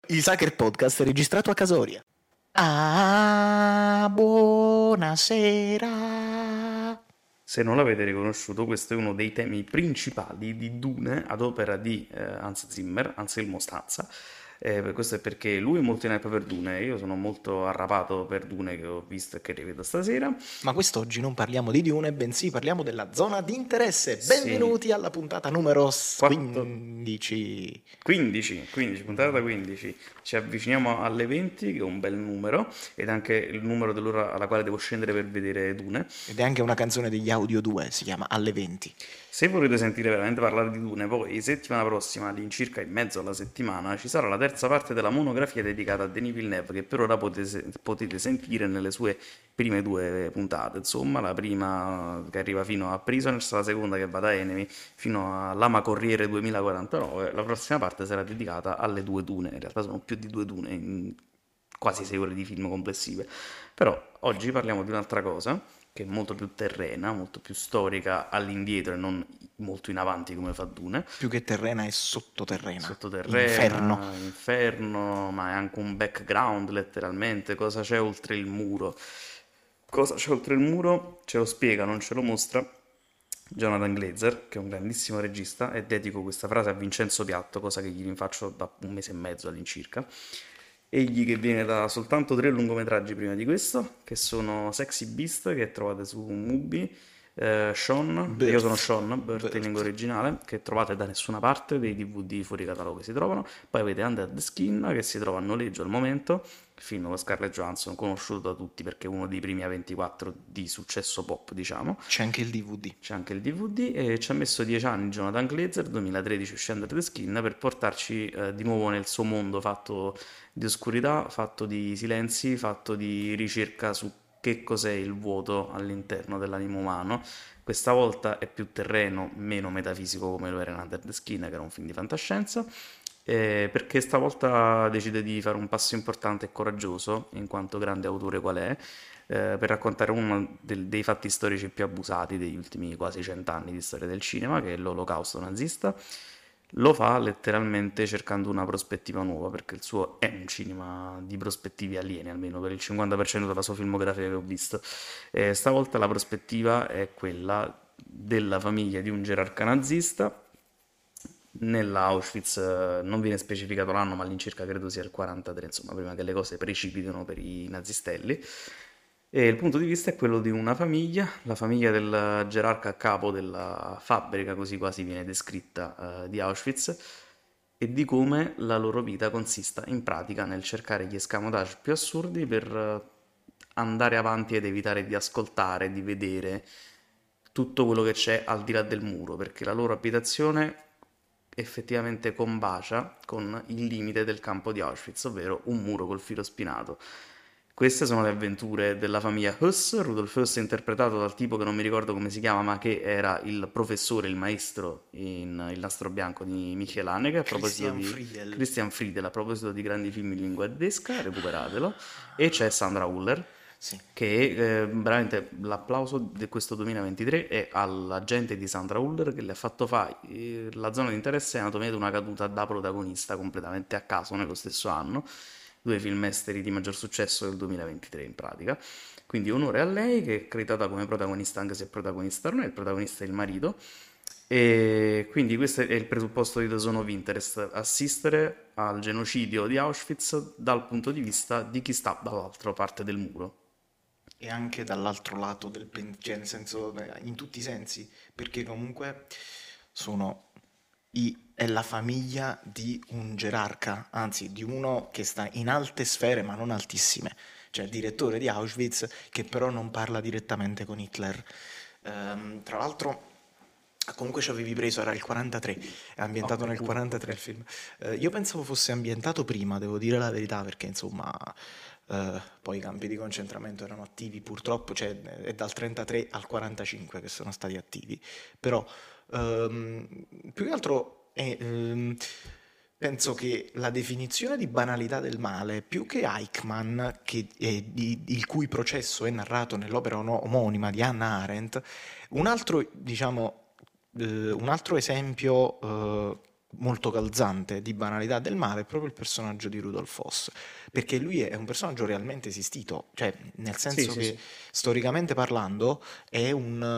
Il Sacher Podcast è registrato a Casoria. Ah, buonasera. Se non l'avete riconosciuto, questo è uno dei temi principali di Dune ad opera di Hans Zimmer, Anselmo Stanza. Questo è perché lui è molto in hype per Dune, io sono molto arrapato per Dune che ho visto e che rivedo stasera. Ma quest'oggi non parliamo di Dune, bensì parliamo della zona di interesse. Sì. Benvenuti alla puntata numero Quattro- 15. 15, puntata 15, ci avviciniamo alle 20, che è un bel numero, ed anche il numero dell'ora alla quale devo scendere per vedere Dune. Ed è anche una canzone degli Audio 2, si chiama Alle 20. Se volete sentire veramente parlare di Dune, poi settimana prossima, all'incirca in mezzo alla settimana, ci sarà la terza parte della monografia dedicata a Denis Villeneuve, che per ora potete sentire nelle sue prime due puntate. Insomma, la prima che arriva fino a Prisoners, la seconda che va da Enemy fino all'Ama Corriere 2049. La prossima parte sarà dedicata alle due Dune, in realtà sono più di due Dune in quasi 6 ore di film complessive. Però oggi parliamo di un'altra cosa che è molto più terrena, molto più storica all'indietro e non molto in avanti come fa Dune. Più che terrena è sottoterrena. Sottoterrena, inferno, ma è anche un background letteralmente, cosa c'è oltre il muro. Cosa c'è oltre il muro? Ce lo spiega, non ce lo mostra Jonathan Glazer, che è un grandissimo regista, e dedico questa frase a Vincenzo Piatto, cosa che gli rinfaccio da un mese e mezzo all'incirca. Egli che viene da soltanto 3 lungometraggi prima di questo, che sono Sexy Beast, che trovate su Mubi, Sean, Birth. io sono Sean, Birth in Birth. lingua originale, che trovate da nessuna parte, dei DVD fuori catalogo si trovano. Poi avete Under the Skin, che si trova a noleggio al momento, film con Scarlett Johansson, conosciuto da tutti perché è uno dei primi A24 di successo pop, diciamo. C'è anche il DVD. C'è anche il DVD e ci ha messo 10 anni Jonathan Glazer, 2013 uscì Under the Skin, per portarci di nuovo nel suo mondo fatto di oscurità, fatto di silenzi, fatto di ricerca su che cos'è il vuoto all'interno dell'animo umano. Questa volta è più terreno, meno metafisico come lo era in Under the Skin, che era un film di fantascienza, perché stavolta decide di fare un passo importante e coraggioso, in quanto grande autore qual è, per raccontare uno dei fatti storici più abusati degli ultimi quasi 100 anni di storia del cinema, che è l'Olocausto nazista. Lo fa letteralmente cercando una prospettiva nuova, perché il suo è un cinema di prospettive aliene, almeno per il 50% della sua filmografia che ho visto. Stavolta la prospettiva è quella della famiglia di un gerarca nazista. Nella Auschwitz non viene specificato l'anno, ma all'incirca credo sia il 43, insomma, prima che le cose precipitino per i nazistelli. E il punto di vista è quello di una famiglia, la famiglia del gerarca a capo della fabbrica, così quasi viene descritta, di Auschwitz, e di come la loro vita consista in pratica nel cercare gli escamotage più assurdi per andare avanti ed evitare di ascoltare, di vedere tutto quello che c'è al di là del muro, perché la loro abitazione effettivamente combacia con il limite del campo di Auschwitz, ovvero un muro col filo spinato. Queste sono le avventure della famiglia Huss. Rudolf Huss è interpretato dal tipo che non mi ricordo come si chiama, ma che era il professore, il maestro in Il nastro bianco di Michel Haneke, Christian Friedel, a proposito di grandi film in lingua tedesca, recuperatelo. E c'è Sandra Huller, Sì. che veramente l'applauso di questo 2023 è alla gente di Sandra Huller, che le ha fatto fare La zona di interesse e Anatomia di una caduta da protagonista completamente a caso nello stesso anno, 2 film esteri di maggior successo del 2023 in pratica. Quindi onore a lei, che è creditata come protagonista, anche se protagonista non è, il protagonista è il marito. E quindi questo è il presupposto di The Zone of Interest: assistere al genocidio di Auschwitz dal punto di vista di chi sta dall'altra parte del muro. E anche dall'altro lato cioè nel senso, in tutti i sensi, perché comunque è la famiglia di un gerarca, anzi di uno che sta in alte sfere ma non altissime, cioè il direttore di Auschwitz, che però non parla direttamente con Hitler. Tra l'altro comunque ci avevi preso, era il 43, è ambientato nel 43 il film. Io pensavo fosse ambientato prima, devo dire la verità, perché insomma poi i campi di concentramento erano attivi purtroppo, cioè è dal 33 al 45 che sono stati attivi, però più che altro penso che la definizione di banalità del male, più che Eichmann, il cui processo è narrato nell'opera omonima di Hannah Arendt, un altro, diciamo, un altro esempio molto calzante di banalità del male è proprio il personaggio di Rudolf Foss, perché lui è un personaggio realmente esistito, cioè nel Sì, senso sì, che sì. storicamente parlando è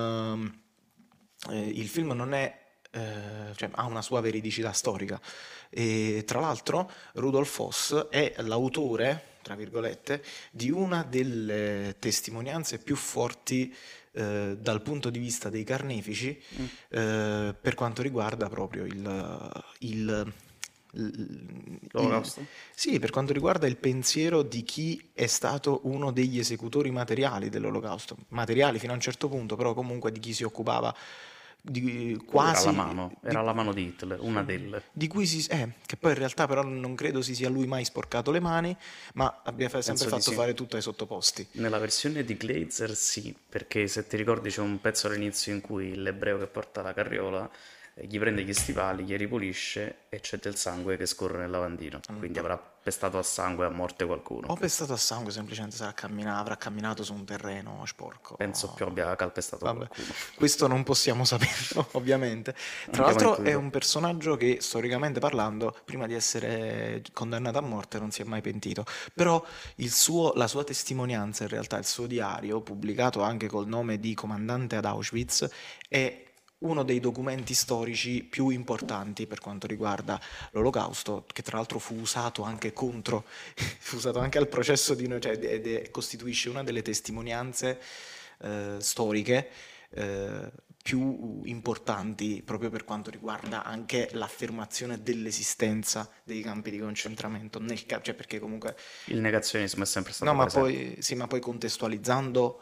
il film non è, cioè, ha una sua veridicità storica e tra l'altro Rudolf Foss è l'autore, tra virgolette, di una delle testimonianze più forti dal punto di vista dei carnefici Mm. per quanto riguarda proprio il- il- L'Olocausto? sì, per quanto riguarda il pensiero di chi è stato uno degli esecutori materiali dell'Olocausto, materiali fino a un certo punto, però comunque di chi si occupava di quasi, Era la mano di Hitler, una delle. di cui che poi in realtà però non credo si sia lui mai sporcato le mani, ma abbia sempre Penso di fatto sì. fare tutto ai sottoposti. Nella versione di Glazer sì, perché se ti ricordi c'è un pezzo all'inizio in cui l'ebreo che porta la carriola gli prende gli stivali, gli ripulisce e c'è del sangue che scorre nel lavandino, quindi avrà pestato a sangue a morte qualcuno. O pestato a sangue, semplicemente avrà camminato su un terreno sporco. Penso più abbia calpestato Vabbè, qualcuno. questo non possiamo saperlo, ovviamente. Tra Andiamo a l'altro è intuito. un personaggio che, storicamente parlando, prima di essere condannato a morte non si è mai pentito. Però la sua testimonianza, in realtà il suo diario, pubblicato anche col nome di comandante ad Auschwitz, è uno dei documenti storici più importanti per quanto riguarda l'Olocausto, che tra l'altro fu usato anche fu usato anche al processo cioè, costituisce una delle testimonianze storiche più importanti proprio per quanto riguarda anche l'affermazione dell'esistenza dei campi di concentramento, cioè perché comunque Il negazionismo è sempre no, stato presente. sì, ma poi contestualizzando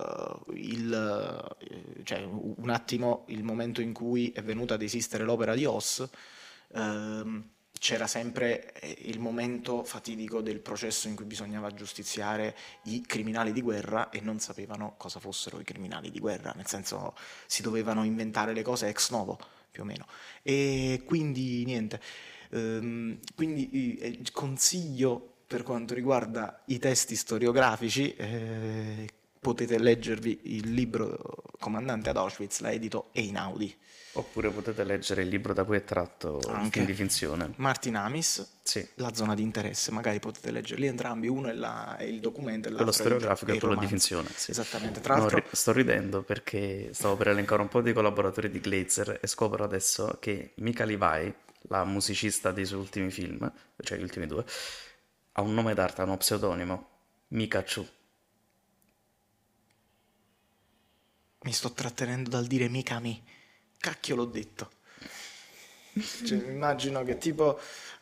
cioè, un attimo il momento in cui è venuta ad esistere l'opera di Oz, c'era sempre il momento fatidico del processo in cui bisognava giustiziare i criminali di guerra e non sapevano cosa fossero i criminali di guerra, nel senso si dovevano inventare le cose ex novo, più o meno. E quindi niente. Quindi consiglio per quanto riguarda i testi storiografici, potete leggervi il libro Comandante ad Auschwitz, l'ha edito Einaudi, Oppure potete leggere il libro da cui è tratto il film anche di finzione. Martin Amis, Sì, La zona di interesse, magari potete leggerli entrambi, uno è il documento e quello l'altro è storiografico è e il quello di romanzo. finzione, sì. Esattamente, tra No, l'altro sto ridendo perché stavo per elencare un po' di collaboratori di Glazer e scopro adesso che Mika Levi, la musicista dei suoi ultimi film, cioè gli ultimi due, ha un nome d'arte, ha uno pseudonimo, Mikachu. mi sto trattenendo dal dire Mikami, cacchio l'ho detto. Cioè, immagino che tipo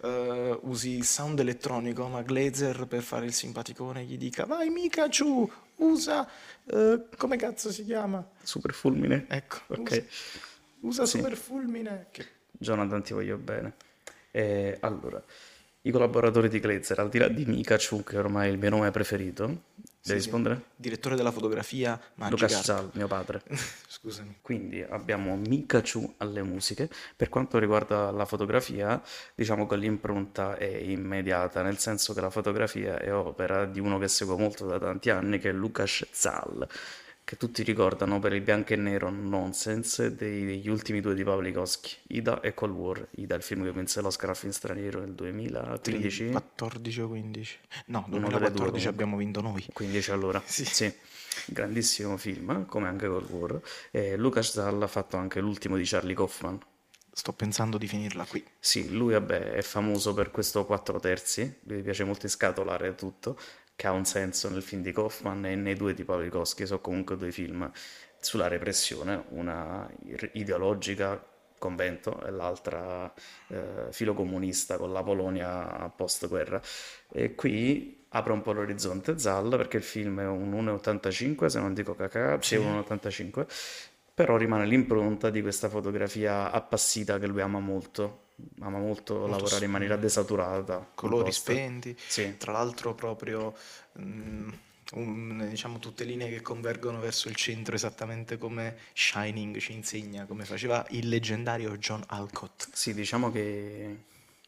usi il sound elettronico, ma Glazer per fare il simpaticone gli dica vai Mikachu, usa, come cazzo si chiama? Super fulmine? Ecco, usa, Ok. usa Sì, super fulmine. Jonathan ti voglio bene. Allora, i collaboratori di Glazer, al di là di Mikachu, che ormai è il mio nome preferito, devi Sì, sì, rispondere? direttore della fotografia Lucas Magikarp. Zal, mio padre. Scusami. Quindi abbiamo Mikachu alle musiche. Per quanto riguarda la fotografia, diciamo che l'impronta è immediata, nel senso che la fotografia è opera di uno che seguo molto da tanti anni, che è Lucas Zal, che tutti ricordano per il bianco e nero nonsense degli ultimi due di Pawlikowski, Ida e Cold War. Ida, il film che vinse l'Oscar a film straniero nel 2015, 14 o 15? No, uno delle due 2014 comunque. abbiamo vinto noi. 15 allora. Sì. Sì, grandissimo film, come anche Cold War. E Lucas Zal ha fatto anche l'ultimo di Charlie Kaufman. Sto pensando di finirla qui. Sì, lui vabbè, è famoso per questo 4 terzi, lui piace molto inscatolare tutto, che ha un senso nel film di Kaufman e nei due di Pawlikowski, sono comunque due film sulla repressione, una ideologica, convento, e l'altra filocomunista con la Polonia post-guerra. E qui apre un po' l'orizzonte Zal perché il film è un 1,85 se non dico cacà, sì, Sì, 1,85, però rimane l'impronta di questa fotografia appassita che lui ama molto molto lavorare in maniera desaturata, in colori post. spenti, Sì, tra l'altro proprio mm, diciamo tutte linee che convergono verso il centro, esattamente come Shining ci insegna, come faceva il leggendario John Alcott. sì, diciamo che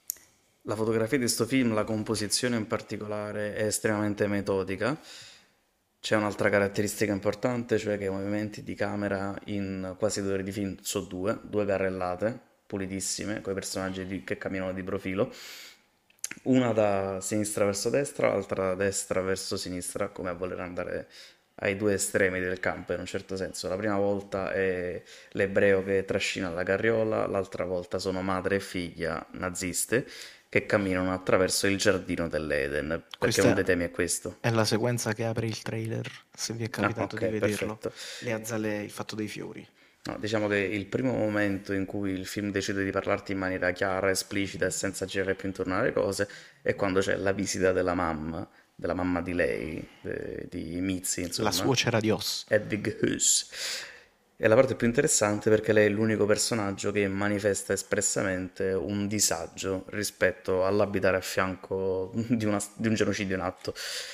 la fotografia di questo film, la composizione in particolare, è estremamente metodica. C'è un'altra caratteristica importante, cioè che i movimenti di camera in quasi 2 ore di film sono due carrellate, pulitissime, con i personaggi che camminano di profilo, una da sinistra verso destra, l'altra da destra verso sinistra, come a voler andare ai due estremi del campo in un certo senso. La prima volta è l'ebreo che trascina la carriola, l'altra volta sono madre e figlia naziste che camminano attraverso il giardino dell'Eden, perché uno dei Questa temi è questo. è la sequenza che apre il trailer, se vi è Ah, capitato di ok, vederlo. perfetto. Le azzale, il fatto dei fiori. No, diciamo che il primo momento in cui il film decide di parlarti in maniera chiara, esplicita e senza girare più intorno alle cose è quando c'è la visita della mamma di lei, di Mitzi, La insomma, suocera di Oz. Hedwig Hughes. È la parte più interessante perché lei è l'unico personaggio che manifesta espressamente un disagio rispetto all'abitare a fianco di un genocidio in atto.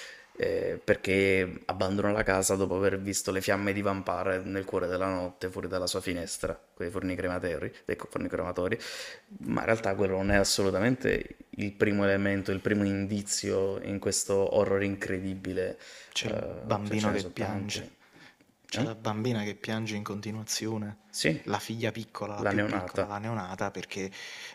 Perché abbandona la casa dopo aver visto le fiamme divampare nel cuore della notte fuori dalla sua finestra, quei forni crematori, dei forni crematori, ma in realtà quello non è assolutamente il primo elemento, il primo indizio in questo horror incredibile. C'è il Cioè bambino ce ne che sono tanti. piange. C'è Eh? la bambina che piange in continuazione. Sì, La figlia piccola, la la più piccola, neonata. la neonata, perché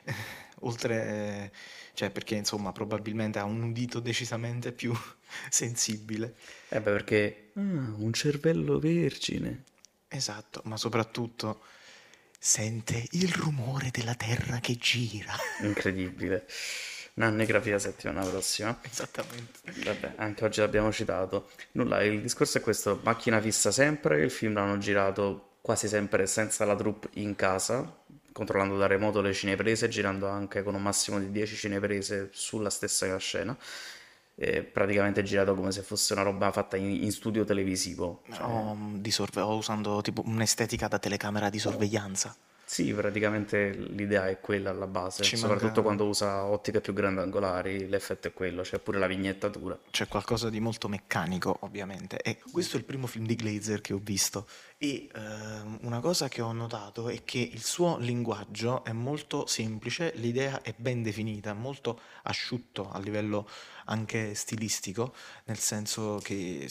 oltre, cioè perché insomma probabilmente ha un udito decisamente più sensibile. Eh beh, perché un cervello vergine. Esatto, ma soprattutto sente il rumore della terra che gira. Incredibile. Nannegrafia settimana prossima. Esattamente. Vabbè, anche oggi l'abbiamo citato. Nulla, il discorso è questo, macchina fissa sempre, il film l'hanno girato quasi sempre senza la troupe in casa, controllando da remoto le cineprese, girando anche con un massimo di 10 cineprese sulla stessa scena. E praticamente girato come se fosse una roba fatta in studio televisivo. Cioè, Ho usando tipo un'estetica da telecamera di sorveglianza. sì, praticamente l'idea è quella alla base, Ci soprattutto manca. quando usa ottiche più grandangolari, l'effetto è quello, c'è pure la vignettatura. C'è qualcosa di molto meccanico, ovviamente. E questo è il primo film di Glazer che ho visto. E una cosa che ho notato è che il suo linguaggio è molto semplice, l'idea è ben definita, molto asciutto a livello anche stilistico, nel senso che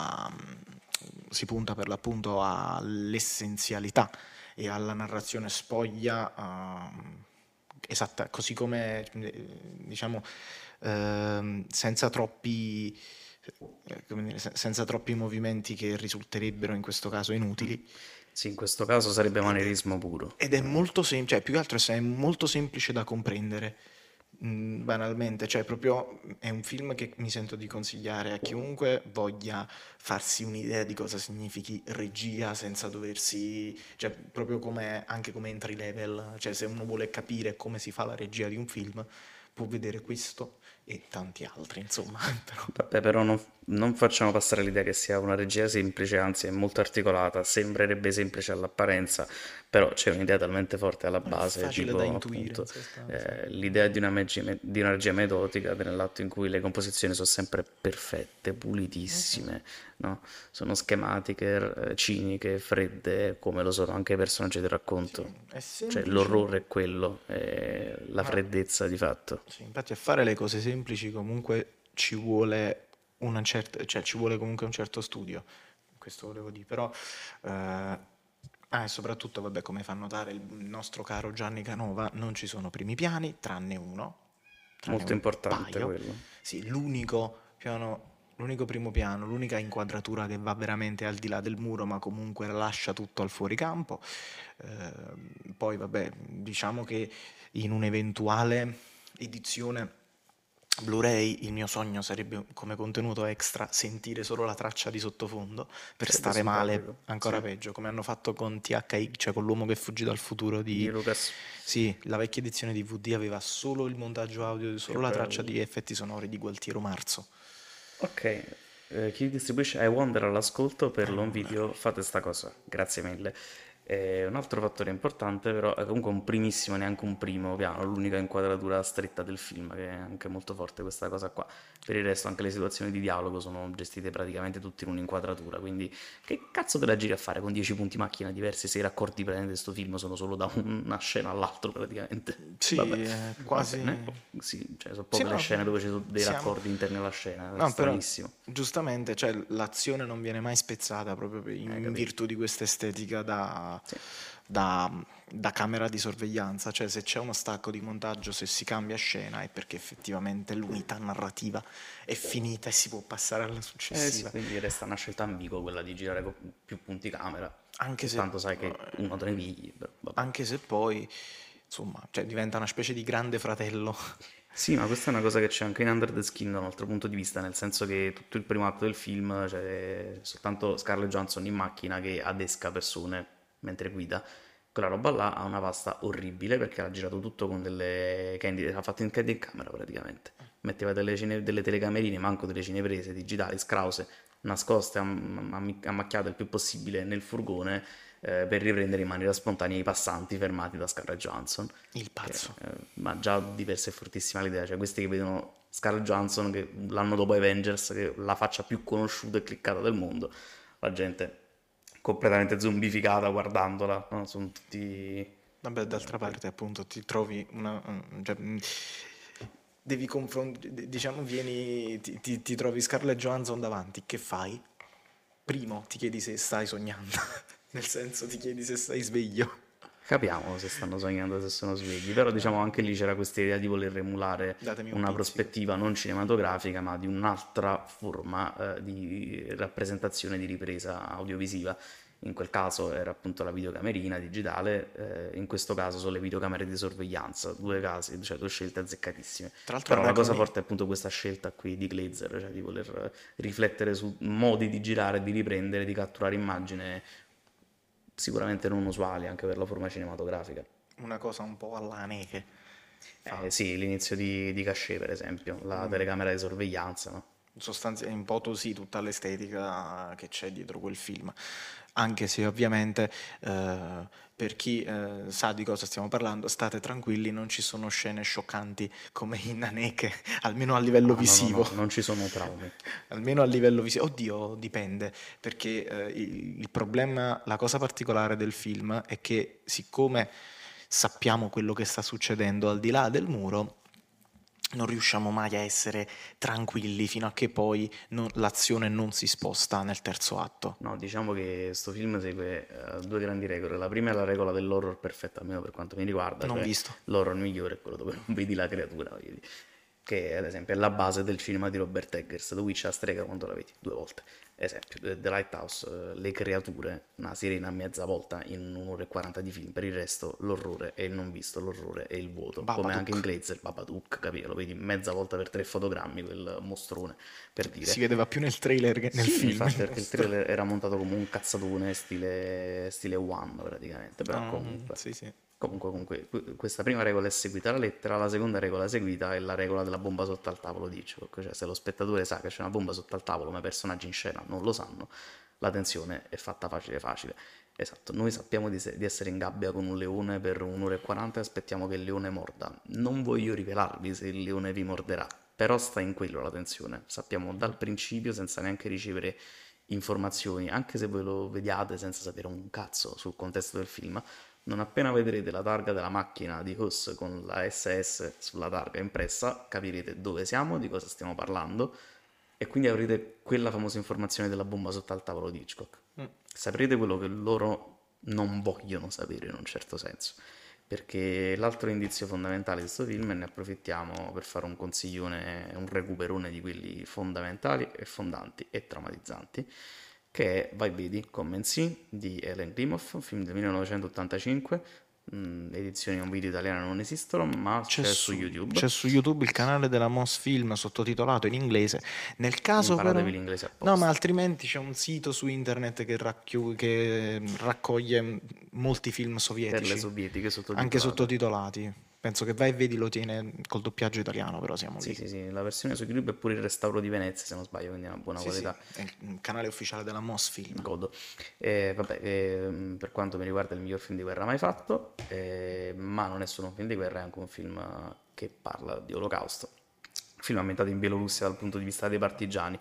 si punta per l'appunto all'essenzialità e alla narrazione spoglia, esatta, così come diciamo senza come dire, senza troppi movimenti che risulterebbero in questo caso inutili. Sì, in questo caso sarebbe Ed è, manierismo puro. ed è molto semplice, cioè più che altro è molto semplice da comprendere, banalmente, cioè proprio è un film che mi sento di consigliare a chiunque voglia farsi un'idea di cosa significhi regia senza doversi, cioè proprio come, anche come entry level, cioè se uno vuole capire come si fa la regia di un film, può vedere questo e tanti altri, insomma, però Vabbè, però non facciamo passare l'idea che sia una regia semplice, anzi è molto articolata, sembrerebbe semplice all'apparenza, però c'è un'idea talmente forte alla è base, facile da tipo intuire in appunto sostanza. l'idea di una regia metodica nell'atto in cui le composizioni sono sempre perfette, pulitissime, no? Sono schematiche, ciniche, fredde, come lo sono anche i personaggi del Sì, racconto. è Cioè semplice, l'orrore è quello, è la ma freddezza di fatto. sì, infatti a fare le cose semplici comunque ci vuole una certa, cioè ci vuole comunque un certo studio, questo volevo dire, però e soprattutto, vabbè, come fa notare il nostro caro Gianni Canova, non ci sono primi piani, tranne Molto un importante paio. quello. Sì, l'unico primo piano, l'unica inquadratura che va veramente al di là del muro, ma comunque lascia tutto al fuoricampo. Poi, vabbè, diciamo che in un'eventuale edizione Blu-ray, il mio sogno sarebbe come contenuto extra sentire solo la traccia di sottofondo per Sarebbe stare male, simpatico, ancora sì. peggio, come hanno fatto con THX, cioè con l'uomo che fuggì dal futuro Di di. Lucas, Sì, la vecchia edizione DVD aveva solo il montaggio audio, che solo la traccia bello. di effetti sonori di Gualtiero Marzo. Ok, chi distribuisce iWonder all'ascolto per l'home Wonder. video, fate sta cosa, grazie mille. Un altro fattore importante però è comunque un primissimo, neanche un primo piano, l'unica inquadratura stretta del film, che è anche molto forte questa cosa qua. Per il resto anche le situazioni di dialogo sono gestite praticamente tutte in un'inquadratura, quindi che cazzo te la giri a fare con 10 punti macchina diversi se i raccordi praticamente di sto film sono solo da una scena all'altra praticamente? Vabbè, Sì, è va quasi. bene, sì, cioè sono Sì, poche le no, scene dove ci sono dei siamo. raccordi interni alla scena, è No, però stranissimo. giustamente, cioè, l'azione non viene mai spezzata proprio in Capito? virtù di questa estetica Sì. da da camera di sorveglianza, cioè se c'è uno stacco di montaggio, se si cambia scena è perché effettivamente l'unità narrativa è finita e si può passare alla Eh sì, successiva. quindi resta una scelta ambigua quella di girare con più punti camera, Anche che se, tanto sai che uno te ne pigli, però vabbè. anche se poi, insomma, cioè diventa una specie di grande fratello. Sì, ma questa è una cosa che c'è anche in Under the Skin da un altro punto di vista, nel senso che tutto il primo atto del film c'è soltanto Scarlett Johansson in macchina che adesca persone mentre guida. Quella roba là ha una pasta orribile perché l'ha girato tutto con delle candide, l'ha fatto in candid camera praticamente. Metteva delle telecamerine, manco delle cineprese digitali, scrause, nascoste, ammacchiate il più possibile nel furgone per riprendere in maniera spontanea i passanti fermati da Scarlett Johansson Il che, pazzo. ma già di per sé è fortissima l'idea, cioè questi che vedono Scarlett Johansson che l'anno dopo Avengers, che è la faccia più conosciuta e cliccata del mondo, la gente completamente zombificata guardandola, no? Sono tutti... Vabbè, d'altra parte, appunto, ti trovi cioè, devi confrontare, diciamo, ti trovi Scarlett Johansson davanti, che fai? Primo, ti chiedi se stai sognando, nel senso ti chiedi se stai sveglio. Capiamo se stanno sognando, se sono svegli, però diciamo anche lì c'era questa idea di voler emulare Datemi un una pizzico. prospettiva non cinematografica, ma di un'altra forma di rappresentazione, di ripresa audiovisiva. In quel caso era appunto la videocamerina digitale, in questo caso sono le videocamere di sorveglianza, due casi, cioè due scelte azzeccatissime. Tra l'altro Però la cosa forte è appunto questa scelta qui di Glazer, cioè di voler riflettere su modi di girare, di riprendere, di catturare immagine sicuramente non usuali anche per la forma cinematografica. una cosa un po' alla Haneke fa. Sì, l'inizio di Cachet, per esempio, la telecamera di sorveglianza, no? In poto sì tutta l'estetica che c'è dietro quel film, anche se ovviamente per chi sa di cosa stiamo parlando, state tranquilli, non ci sono scene scioccanti come in Haneke, almeno a livello Ah, no, no, visivo. no, non ci sono traumi. Almeno a livello visivo, oddio, dipende, perché il problema, la cosa particolare del film è che siccome sappiamo quello che sta succedendo al di là del muro, non riusciamo mai a essere tranquilli fino a che poi l'azione non si sposta nel terzo atto. No, diciamo che sto film segue due grandi regole. La prima è la regola dell'horror perfetta, almeno per quanto mi riguarda, Non cioè visto. l'horror migliore è quello dove non vedi la creatura, vedi? Che ad esempio è la base del cinema di Robert Eggers, The Witch a strega quando la vedi, due volte. Esempio, The Lighthouse, le creature, una sirena mezza volta in un'ora e 40 di film, per il resto l'orrore è il non visto, l'orrore è il vuoto, come anche in Babadook. Glazer, Babadook, capito? Lo vedi mezza volta per 3 fotogrammi, quel mostrone, per Si dire. vedeva più nel trailer che nel Sì, film. infatti perché il trailer era montato come un cazzatone stile One praticamente, però comunque, Sì, sì. questa prima regola è seguita alla lettera, la seconda regola seguita è la regola della bomba sotto al tavolo di Hitchcock, cioè se lo spettatore sa che c'è una bomba sotto al tavolo ma i personaggi in scena non lo sanno, la tensione è fatta facile facile. Esatto, noi sappiamo di essere in gabbia con un leone per un'ora e 40 e aspettiamo che il leone morda. Non voglio rivelarvi se il leone vi morderà, però sta in quello la tensione. Sappiamo dal principio, senza neanche ricevere informazioni, anche se voi lo vediate senza sapere un cazzo sul contesto del film, non appena vedrete la targa della macchina di Huss con la SS sulla targa impressa, capirete dove siamo, di cosa stiamo parlando e quindi avrete quella famosa informazione della bomba sotto al tavolo di Hitchcock. Saprete quello che loro non vogliono sapere in un certo senso. Perché l'altro indizio fondamentale di questo film, e ne approfittiamo per fare un consiglione, un recuperone di quelli fondamentali e fondanti e traumatizzanti, che è Vai Vedi, Come in See di Ellen Klimoff, un film del 1985, edizioni on video italiane non esistono, ma c'è su YouTube. C'è su YouTube il canale della Mosfilm sottotitolato in inglese. Nel caso Imparatevi però... l'inglese No, ma apposta. altrimenti c'è un sito su internet che raccoglie molti film Per le sovietici, sovietiche anche sottotitolate. sottotitolati. Penso che Vai e Vedi lo tiene col doppiaggio italiano, però siamo Sì, lì. sì, sì, la versione su YouTube è pure il restauro di Venezia, se non sbaglio, quindi è una buona Sì, sì, qualità. è il canale ufficiale della Mosfilm. Godo. E, vabbè, per quanto mi riguarda è il miglior film di guerra mai fatto, ma non è solo un film di guerra, è anche un film che parla di Olocausto. Un film ambientato in Bielorussia dal punto di vista dei partigiani.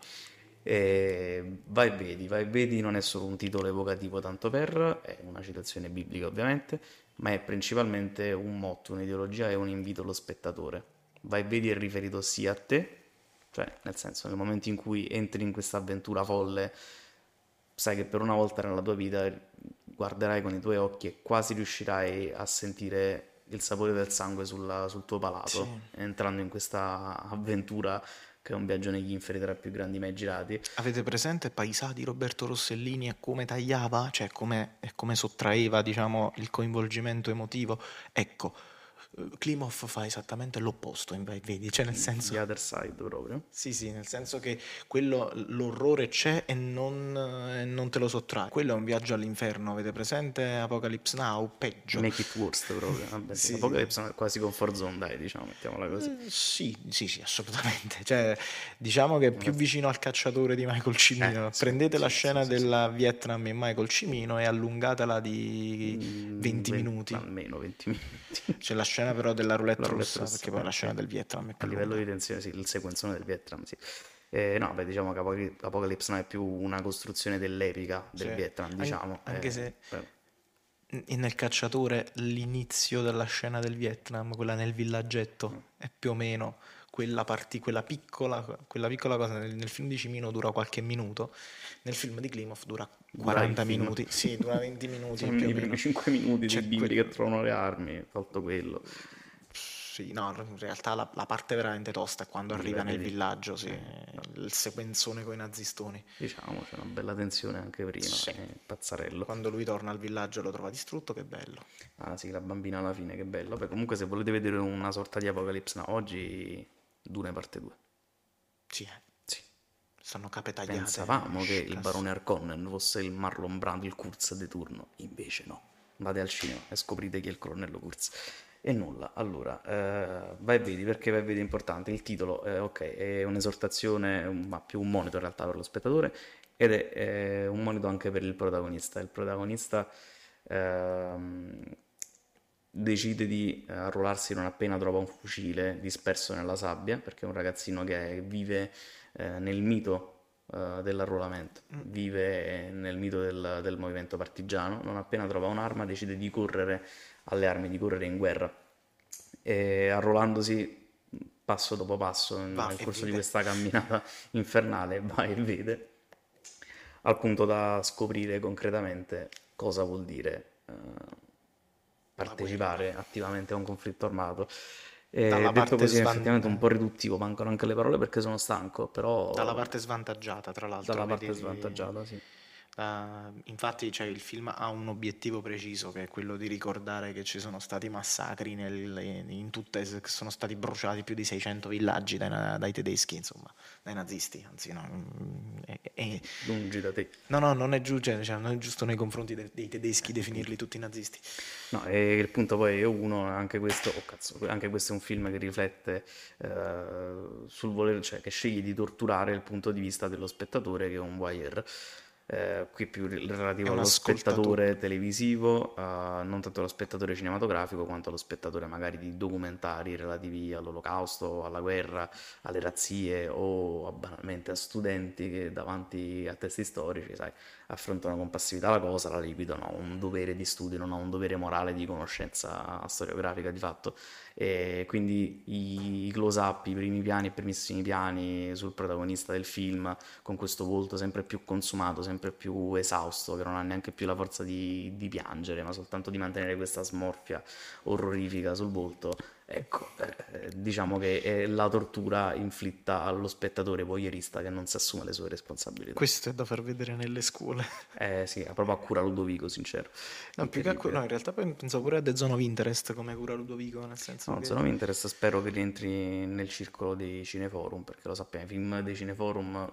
Vai e vedi non è solo un titolo evocativo tanto per, è una citazione biblica ovviamente, ma è principalmente un motto, un'ideologia e un invito allo spettatore. Vai e vedi è riferito sia a te, cioè nel senso nel momento in cui entri in questa avventura folle sai che per una volta nella tua vita guarderai con i tuoi occhi e quasi riuscirai a sentire il sapore del sangue sul tuo Sì. palato, entrando in questa avventura che è un viaggio negli inferi tra i più grandi mai girati. Avete presente Paesà di Roberto Rossellini e come tagliava? Cioè e come sottraeva, diciamo, il coinvolgimento emotivo? Ecco, Klimov fa esattamente l'opposto, vedi? Cioè nel senso... The Other Side proprio. Sì, sì, nel senso che l'orrore c'è e non te lo sottrae. Quello è un viaggio all'inferno, avete presente Apocalypse Now? Peggio. Make it worst proprio. Vabbè, sì. Sì, sì. Apocalypse è quasi comfort zone, dai, diciamo, mettiamola così. Sì, sì, sì, assolutamente. Cioè, diciamo che è più vicino al cacciatore di Michael Cimino. Sì, Prendete la sì, sì, scena sì, sì. del Vietnam in Michael Cimino e allungatela di 20 minuti. Almeno 20 minuti. C'è la scena però della roulette La roulette russa, russa, perché poi la sì. scena del Vietnam è A più livello lunga. di tensione, sì, il sequenzone del Vietnam, sì. No, beh, diciamo che Apocalypse Now è più una costruzione dell'epica del Sì. Vietnam, diciamo. Anche se Beh, nel cacciatore l'inizio della scena del Vietnam, quella nel villaggetto, è più o meno quella piccola cosa. Nel film di Cimino dura qualche minuto, nel film di Klimov dura dura il 40 film. minuti, sì, dura 20 minuti Sono più o i primi meno. 5 minuti dei C'è bimbi che trovano le armi, tolto quello. Sì, no, in realtà la parte veramente tosta è quando arriva nel Vedi, villaggio, sì, no, il sequenzone con i nazistoni. diciamo, c'è una bella tensione anche prima, Sì. pazzarello. Quando lui torna al villaggio e lo trova distrutto, che bello. Ah sì, la bambina alla fine, che bello. Beh, comunque se volete vedere una sorta di Apocalypse Now, oggi Dune parte 2. Sì, Sì. stanno cape tagliate. Pensavamo che il barone Harkonnen fosse il Marlon Brando, il Kurz di turno, invece no. Vade al cinema e scoprite chi è il colonnello Kurz. E nulla, allora, vai e vedi, perché vai e vedi è importante. Il titolo, ok, è un'esortazione, ma più un monito in realtà per lo spettatore, ed è un monito anche per il protagonista. Il protagonista ehm, decide di arruolarsi non appena trova un fucile disperso nella sabbia, perché è un ragazzino che vive nel mito dell'arruolamento, vive nel mito del movimento partigiano, non appena trova un'arma decide di correre alle armi, di correre in guerra e arruolandosi passo dopo passo Va nel e corso di vede. questa camminata infernale va e vede, al punto da scoprire concretamente cosa vuol dire partecipare attivamente a un conflitto armato. E Dalla detto parte, così è effettivamente un po' riduttivo, mancano anche le parole perché sono stanco, dalla però parte svantaggiata, tra l'altro, dalla parte vedi. svantaggiata, sì. Infatti, cioè, il film ha un obiettivo preciso, che è quello di ricordare che ci sono stati massacri che sono stati bruciati più di 600 villaggi dai tedeschi, insomma, dai nazisti, anzi no, Lungi da te. no, no, non è giusto, cioè, non è giusto nei confronti dei tedeschi definirli tutti nazisti. No, e il punto poi è uno, anche questo, oh cazzo, anche questo è un film che riflette sul voler, cioè che sceglie di torturare il punto di vista dello spettatore che è un voyeur. Qui più È relativo un allo ascoltatore. spettatore televisivo, non tanto allo spettatore cinematografico quanto allo spettatore magari di documentari relativi all'olocausto, alla guerra, alle razzie o banalmente a studenti che davanti a testi storici, sai, affrontano con passività la cosa, la liquidano, ha un dovere di studio, non ha un dovere morale di conoscenza storiografica di fatto. E quindi i close-up, i primi piani e primissimi piani sul protagonista del film, con questo volto sempre più consumato, sempre più esausto, che non ha neanche più la forza di piangere, ma soltanto di mantenere questa smorfia orrorifica sul volto. Ecco, diciamo che è la tortura inflitta allo spettatore voyeurista che non si assume le sue responsabilità. Questo è da far vedere nelle scuole. Sì, proprio a cura Ludovico, sincero. No, più che no, Incredibile. in realtà poi penso pure a The Zone of Interest come cura Ludovico, nel senso No, se che... non mi interessa, spero che rientri nel circolo dei cineforum, perché lo sappiamo, i film dei cineforum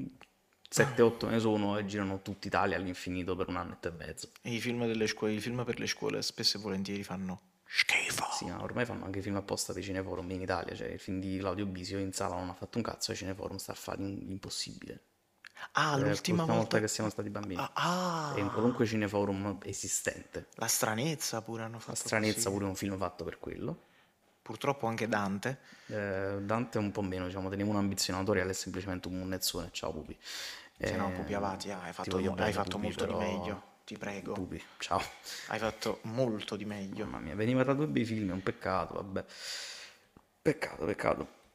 7-8 ne sono e girano tutta Italia all'infinito per un anno e mezzo. E i film delle scuole, i film per le scuole spesso e volentieri fanno schifo. Sì, ma ormai fanno anche i film apposta dei cineforum in Italia, cioè il film di Claudio Bisio in sala non ha fatto un cazzo, ai cineforum sta a fare l'impossibile. Ah, l'ultima L'ultima volta volta... che siamo stati bambini. Ah, E in ah, qualunque cineforum esistente. la stranezza pure hanno La fatto stranezza così. pure un film fatto per quello. Purtroppo anche Dante. Dante è un po' meno, diciamo, tenevo un'ambizione autoriale, è semplicemente un munnezzone, ciao pupi. Se no, Pupi Avati, Ti voglio hai bene, fatto pupi, molto di però... meglio, ti prego. Pupi, ciao. Hai fatto molto di meglio. Mamma mia, veniva da due bei film, è un peccato, vabbè. Peccato, peccato.